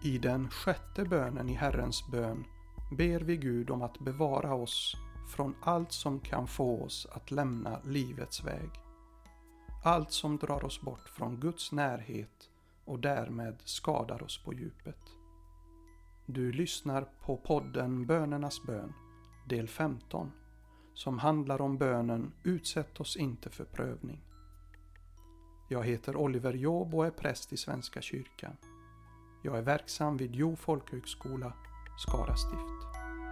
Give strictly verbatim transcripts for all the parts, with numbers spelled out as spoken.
I den sjätte bönen i Herrens bön ber vi Gud om att bevara oss från allt som kan få oss att lämna livets väg. Allt som drar oss bort från Guds närhet och därmed skadar oss på djupet. Du lyssnar på podden Bönernas bön, del femton, som handlar om bönen Utsätt oss inte för prövning. Jag heter Oliver Job och är präst i Svenska kyrkan. Jag är verksam vid Jo folkhögskola, Skara stift.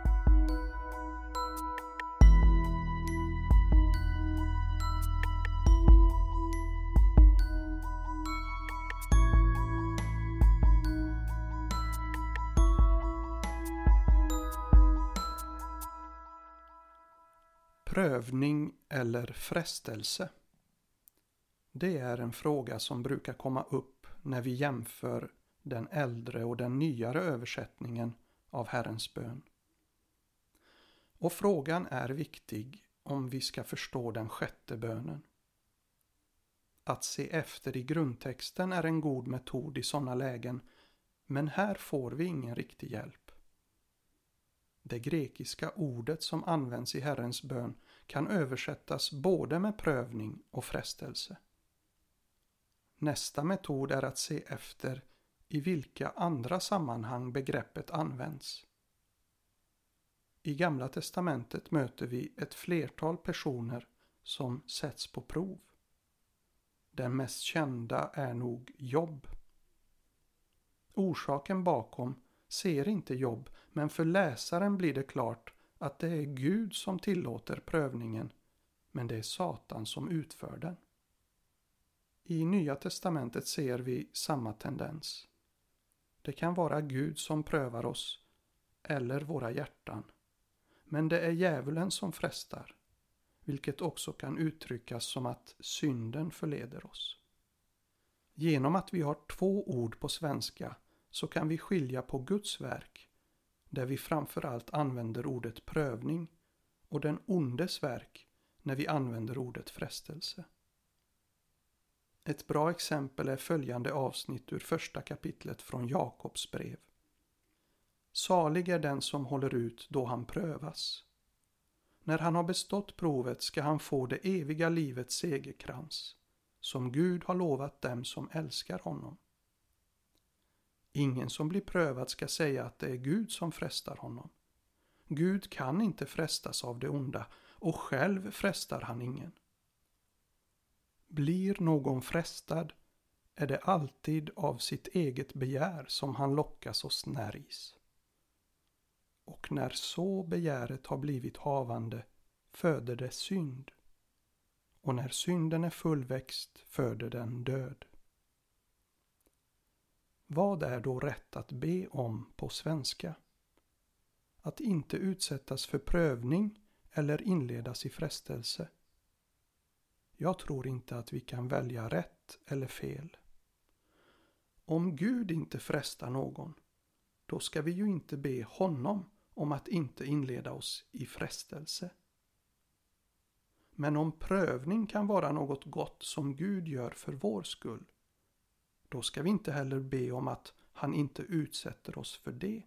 Prövning eller frestelse? Det är en fråga som brukar komma upp när vi jämför den äldre och den nyare översättningen av Herrens bön. Och frågan är viktig om vi ska förstå den sjätte bönen. Att se efter i grundtexten är en god metod i sådana lägen, men här får vi ingen riktig hjälp. Det grekiska ordet som används i Herrens bön kan översättas både med prövning och frestelse. Nästa metod är att se efter i vilka andra sammanhang begreppet används. I Gamla testamentet möter vi ett flertal personer som sätts på prov. Den mest kända är nog Job. Orsaken bakom ser inte Job, men för läsaren blir det klart att det är Gud som tillåter prövningen, men det är Satan som utför den. I Nya testamentet ser vi samma tendens. Det kan vara Gud som prövar oss eller våra hjärtan, men det är djävulen som frestar, vilket också kan uttryckas som att synden förleder oss. Genom att vi har två ord på svenska så kan vi skilja på Guds verk, där vi framförallt använder ordet prövning, och den ondes verk när vi använder ordet frestelse. Ett bra exempel är följande avsnitt ur första kapitlet från Jakobs brev. Salig är den som håller ut då han prövas. När han har bestått provet ska han få det eviga livets segerkrans, som Gud har lovat dem som älskar honom. Ingen som blir prövad ska säga att det är Gud som frestar honom. Gud kan inte frestas av det onda, och själv frestar han ingen. Blir någon frestad är det alltid av sitt eget begär som han lockas och snärjs. Och när så begäret har blivit havande föder det synd, och när synden är fullväxt föder den död. Vad är då rätt att be om på svenska? Att inte utsättas för prövning eller inledas i frestelse? Jag tror inte att vi kan välja rätt eller fel. Om Gud inte frestar någon, då ska vi ju inte be honom om att inte inleda oss i frestelse. Men om prövning kan vara något gott som Gud gör för vår skull, då ska vi inte heller be om att han inte utsätter oss för det.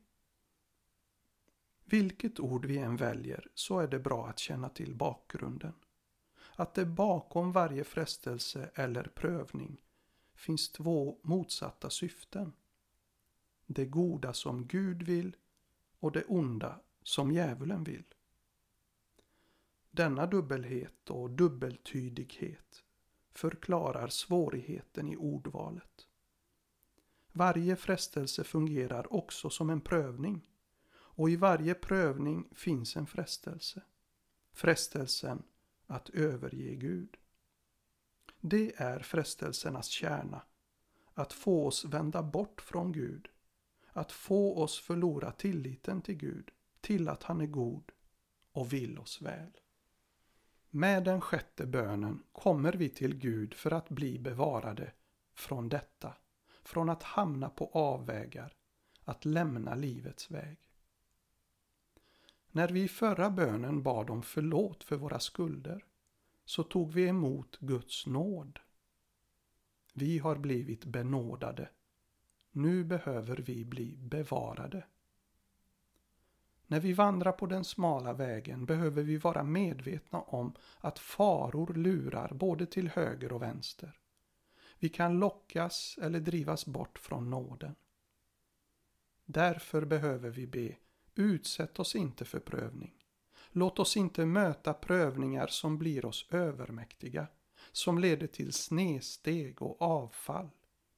Vilket ord vi än väljer så är det bra att känna till bakgrunden. Att det bakom varje frestelse eller prövning finns två motsatta syften. Det goda som Gud vill och det onda som djävulen vill. Denna dubbelhet och dubbeltydighet förklarar svårigheten i ordvalet. Varje frestelse fungerar också som en prövning, och i varje prövning finns en frestelse. Frestelsen att överge Gud. Det är frestelsernas kärna, att få oss vända bort från Gud, att få oss förlora tilliten till Gud, till att han är god och vill oss väl. Med den sjätte bönen kommer vi till Gud för att bli bevarade från detta, från att hamna på avvägar, att lämna livets väg. När vi i förra bönen bad om förlåt för våra skulder, så tog vi emot Guds nåd. Vi har blivit benådade. Nu behöver vi bli bevarade. När vi vandrar på den smala vägen behöver vi vara medvetna om att faror lurar både till höger och vänster. Vi kan lockas eller drivas bort från nåden. Därför behöver vi be, utsätt oss inte för prövning. Låt oss inte möta prövningar som blir oss övermäktiga, som leder till snedsteg och avfall.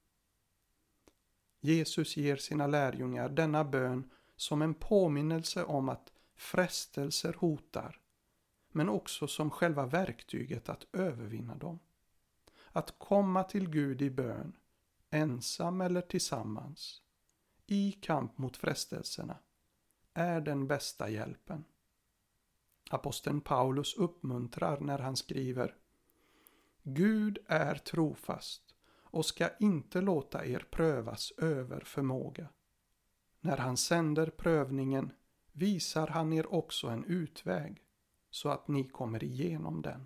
Jesus ger sina lärjungar denna bön som en påminnelse om att frestelser hotar, men också som själva verktyget att övervinna dem. Att komma till Gud i bön, ensam eller tillsammans, i kamp mot frestelserna, är den bästa hjälpen. Aposteln Paulus uppmuntrar när han skriver: Gud är trofast och ska inte låta er prövas över förmåga. När han sänder prövningen visar han er också en utväg så att ni kommer igenom den.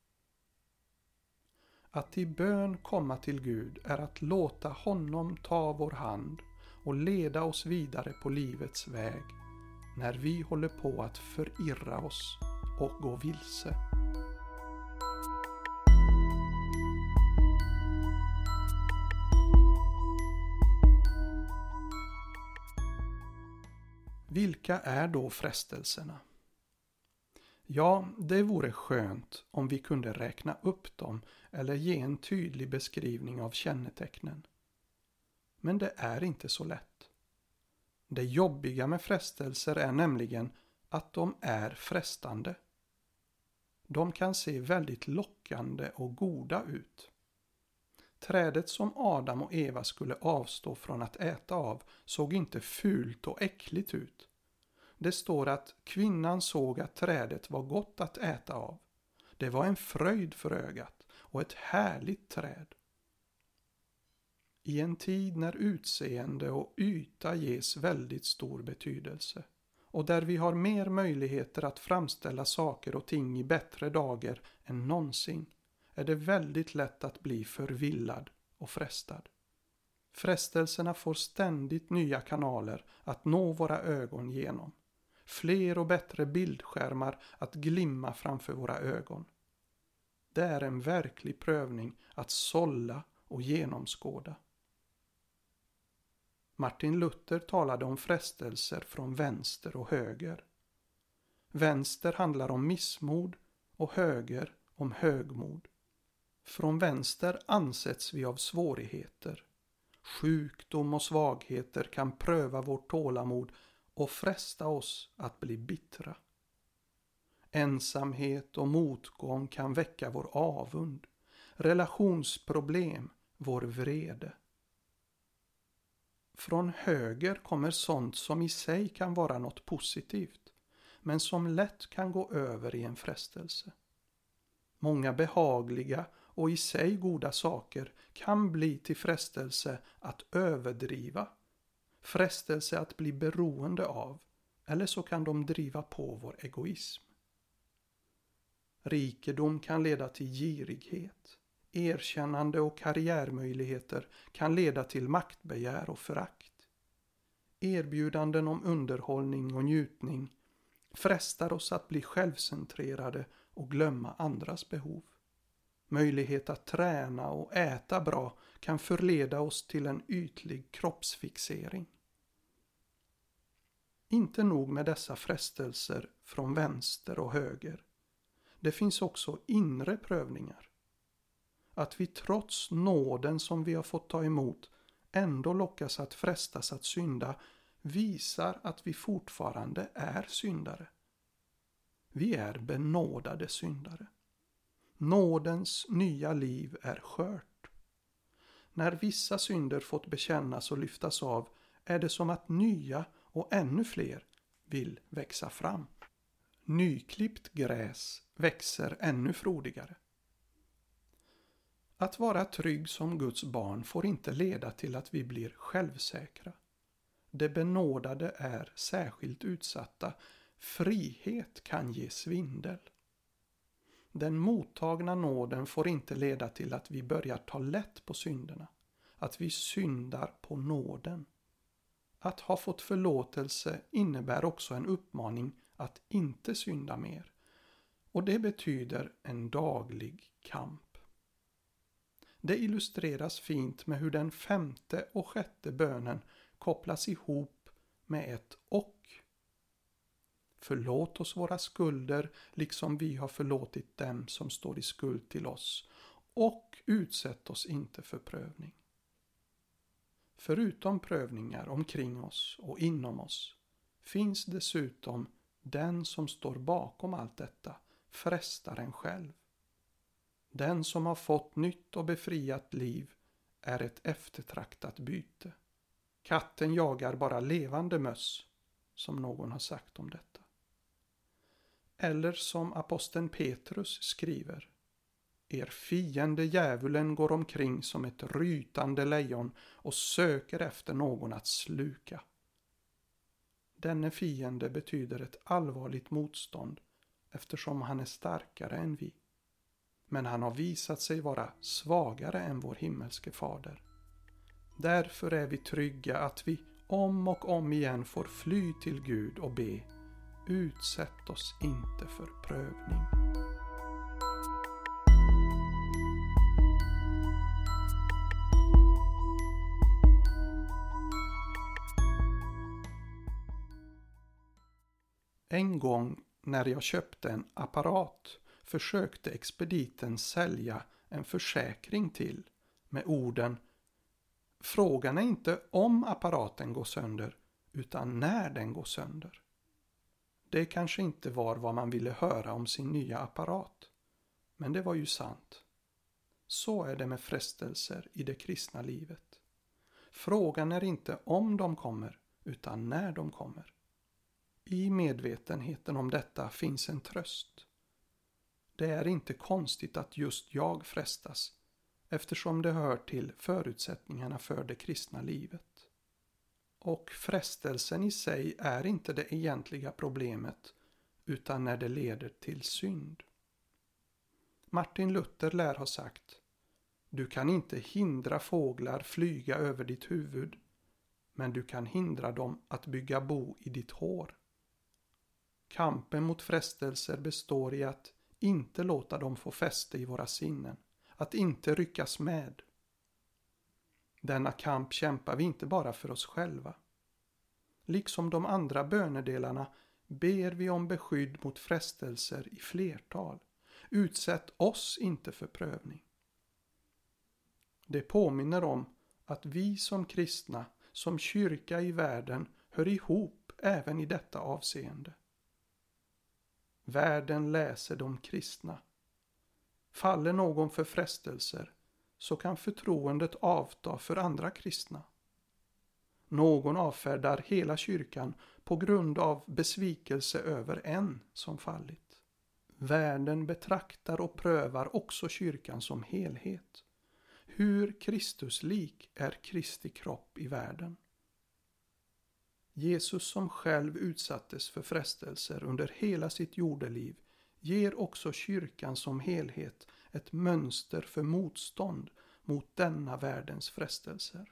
Att i bön komma till Gud är att låta honom ta vår hand och leda oss vidare på livets väg när vi håller på att förirra oss och gå vilse. Vilka är då frestelserna? Ja, det vore skönt om vi kunde räkna upp dem eller ge en tydlig beskrivning av kännetecknen. Men det är inte så lätt. Det jobbiga med frestelser är nämligen att de är frestande. De kan se väldigt lockande och goda ut. Trädet som Adam och Eva skulle avstå från att äta av såg inte fult och äckligt ut. Det står att kvinnan såg att trädet var gott att äta av. Det var en fröjd för ögat och ett härligt träd. I en tid när utseende och yta ges väldigt stor betydelse och där vi har mer möjligheter att framställa saker och ting i bättre dagar än någonsin, är det väldigt lätt att bli förvillad och frestad. Frestelserna får ständigt nya kanaler att nå våra ögon genom. Fler och bättre bildskärmar att glimma framför våra ögon. Det är en verklig prövning att sålla och genomskåda. Martin Luther talade om frestelser från vänster och höger. Vänster handlar om missmod och höger om högmod. Från vänster ansätts vi av svårigheter. Sjukdom och svagheter kan pröva vårt tålamod och fresta oss att bli bittra. Ensamhet och motgång kan väcka vår avund, relationsproblem, vår vrede. Från höger kommer sånt som i sig kan vara något positivt, men som lätt kan gå över i en frestelse. Många behagliga och i sig goda saker kan bli till frestelse att överdriva, frestelse att bli beroende av, eller så kan de driva på vår egoism. Rikedom kan leda till girighet. Erkännande och karriärmöjligheter kan leda till maktbegär och förakt. Erbjudanden om underhållning och njutning frestar oss att bli självcentrerade och glömma andras behov. Möjlighet att träna och äta bra kan förleda oss till en ytlig kroppsfixering. Inte nog med dessa frestelser från vänster och höger. Det finns också inre prövningar. Att vi trots nåden som vi har fått ta emot ändå lockas att frestas att synda visar att vi fortfarande är syndare. Vi är benådade syndare. Nådens nya liv är skört. När vissa synder fått bekännas och lyftas av är det som att nya och ännu fler vill växa fram. Nyklippt gräs växer ännu frodigare. Att vara trygg som Guds barn får inte leda till att vi blir självsäkra. Det benådade är särskilt utsatta. Frihet kan ge svindel. Den mottagna nåden får inte leda till att vi börjar ta lätt på synderna. att vi syndar på nåden. Att ha fått förlåtelse innebär också en uppmaning att inte synda mer. Och det betyder en daglig kamp. Det illustreras fint med hur den femte och sjätte bönen kopplas ihop med ett och. Förlåt oss våra skulder liksom vi har förlåtit dem som står i skuld till oss. Och utsätt oss inte för prövning. Förutom prövningar omkring oss och inom oss finns dessutom den som står bakom allt detta, frestaren själv. Den som har fått nytt och befriat liv är ett eftertraktat byte. Katten jagar bara levande möss, som någon har sagt om detta. Eller som aposteln Petrus skriver: Er fiende djävulen går omkring som ett rytande lejon och söker efter någon att sluka. Denne fiende betyder ett allvarligt motstånd eftersom han är starkare än vi. Men han har visat sig vara svagare än vår himmelske fader. Därför är vi trygga att vi om och om igen får fly till Gud och be: utsätt oss inte för prövning. En gång när jag köpte en apparat försökte expediten sälja en försäkring till med orden: frågan är inte om apparaten går sönder utan när den går sönder. Det kanske inte var vad man ville höra om sin nya apparat, men det var ju sant. Så är det med frestelser i det kristna livet. Frågan är inte om de kommer utan när de kommer. I medvetenheten om detta finns en tröst. Det är inte konstigt att just jag frestas, eftersom det hör till förutsättningarna för det kristna livet. Och frestelsen i sig är inte det egentliga problemet, utan när det leder till synd. Martin Luther lär ha sagt: du kan inte hindra fåglar flyga över ditt huvud, men du kan hindra dem att bygga bo i ditt hår. Kampen mot frestelser består i att inte låta dem få fäste i våra sinnen, att inte ryckas med. Denna kamp kämpar vi inte bara för oss själva. Liksom de andra bönedelarna ber vi om beskydd mot frestelser i flertal. Utsätt oss inte för prövning. Det påminner om att vi som kristna, som kyrka i världen, hör ihop även i detta avseende. Världen läser de kristna. Faller någon för frestelser så kan förtroendet avta för andra kristna. Någon avfärdar hela kyrkan på grund av besvikelse över en som fallit. Världen betraktar och prövar också kyrkan som helhet. Hur Kristuslik är Kristi kropp i världen. Jesus som själv utsattes för frestelser under hela sitt jordeliv ger också kyrkan som helhet ett mönster för motstånd mot denna världens frestelser.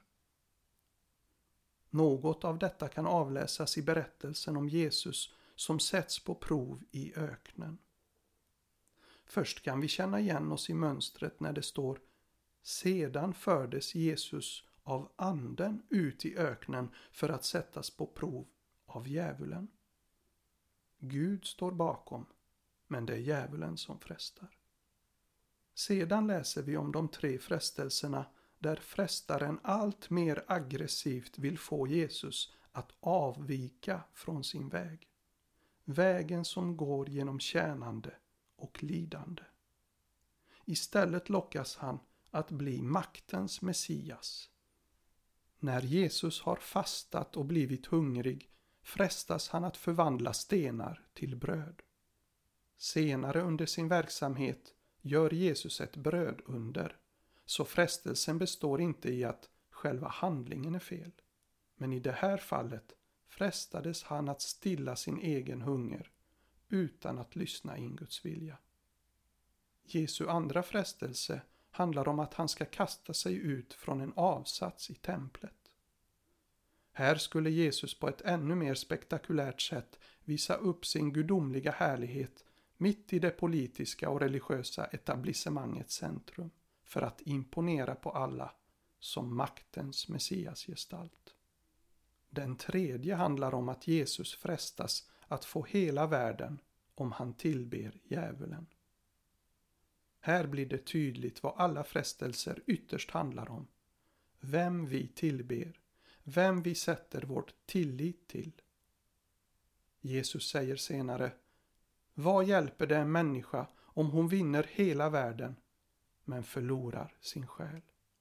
Något av detta kan avläsas i berättelsen om Jesus som sätts på prov i öknen. Först kan vi känna igen oss i mönstret när det står: sedan fördes Jesus av anden ut i öknen för att sättas på prov av djävulen. Gud står bakom, men det är djävulen som frestar. Sedan läser vi om de tre frestelserna där frestaren allt mer aggressivt vill få Jesus att avvika från sin väg. Vägen som går genom tjänande och lidande. Istället lockas han att bli maktens Messias. När Jesus har fastat och blivit hungrig frestas han att förvandla stenar till bröd. Senare under sin verksamhet gör Jesus ett brödunder, så frestelsen består inte i att själva handlingen är fel. Men i det här fallet frestades han att stilla sin egen hunger utan att lyssna in Guds vilja. Jesu andra frestelse handlar om att han ska kasta sig ut från en avsats i templet. Här skulle Jesus på ett ännu mer spektakulärt sätt visa upp sin gudomliga härlighet mitt i det politiska och religiösa etablissemangets centrum för att imponera på alla som maktens messiasgestalt. Den tredje handlar om att Jesus frestas att få hela världen om han tillber djävulen. Här blir det tydligt vad alla frestelser ytterst handlar om. Vem vi tillber, vem vi sätter vår tillit till. Jesus säger senare: vad hjälper det en människa om hon vinner hela världen men förlorar sin själ?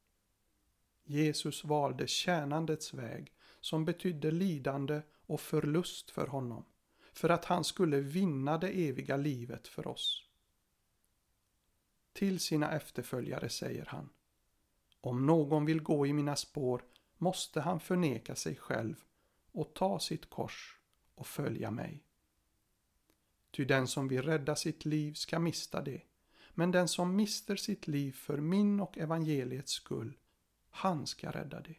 Jesus valde tjänandets väg som betydde lidande och förlust för honom, för att han skulle vinna det eviga livet för oss. Till sina efterföljare säger han: om någon vill gå i mina spår måste han förneka sig själv och ta sitt kors och följa mig. Ty den som vill rädda sitt liv ska mista det, men den som mister sitt liv för min och evangeliets skull, han ska rädda det.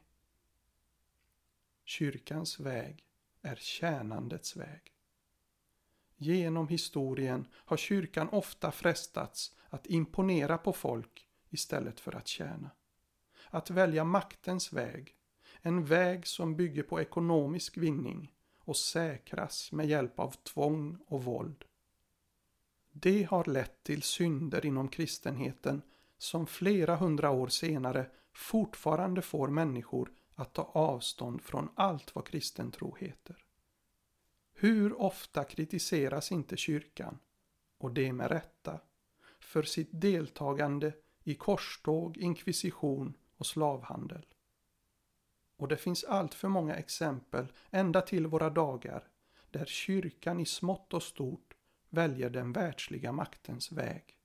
Kyrkans väg är tjänandets väg. Genom historien har kyrkan ofta frestats att imponera på folk istället för att tjäna. Att välja maktens väg, en väg som bygger på ekonomisk vinning och säkras med hjälp av tvång och våld. Det har lett till synder inom kristenheten som flera hundra år senare fortfarande får människor att ta avstånd från allt vad kristen tro heter. Hur ofta kritiseras inte kyrkan, och det med rätta, för sitt deltagande i korståg, inkvisition och slavhandel. Och det finns allt för många exempel ända till våra dagar där kyrkan i smått och stort väljer den världsliga maktens väg.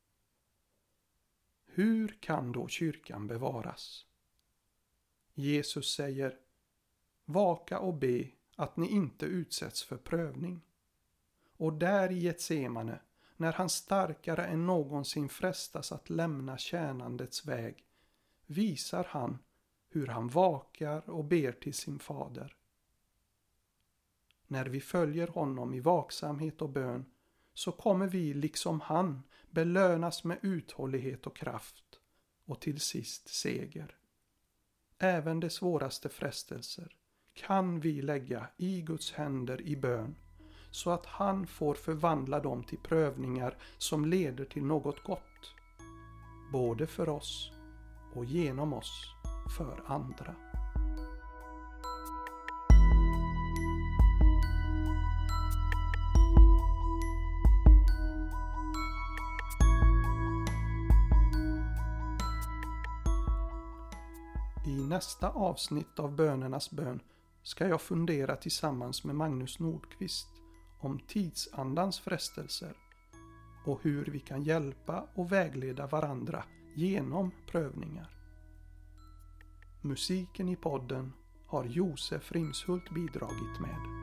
Hur kan då kyrkan bevaras? Jesus säger: vaka och be att ni inte utsätts för prövning. Och där i Getsemane, när han starkare än någonsin frestas att lämna tjänandets väg, visar han hur han vakar och ber till sin fader. När vi följer honom i vaksamhet och bön, så kommer vi liksom han belönas med uthållighet och kraft och till sist seger. Även de svåraste frestelser kan vi lägga i Guds händer i bön, så att han får förvandla dem till prövningar som leder till något gott, både för oss och genom oss för andra. I nästa avsnitt av Bönernas bön ska jag fundera tillsammans med Magnus Nordqvist om tidsandans frestelser och hur vi kan hjälpa och vägleda varandra genom prövningar. Musiken i podden har Josef Rimshult bidragit med.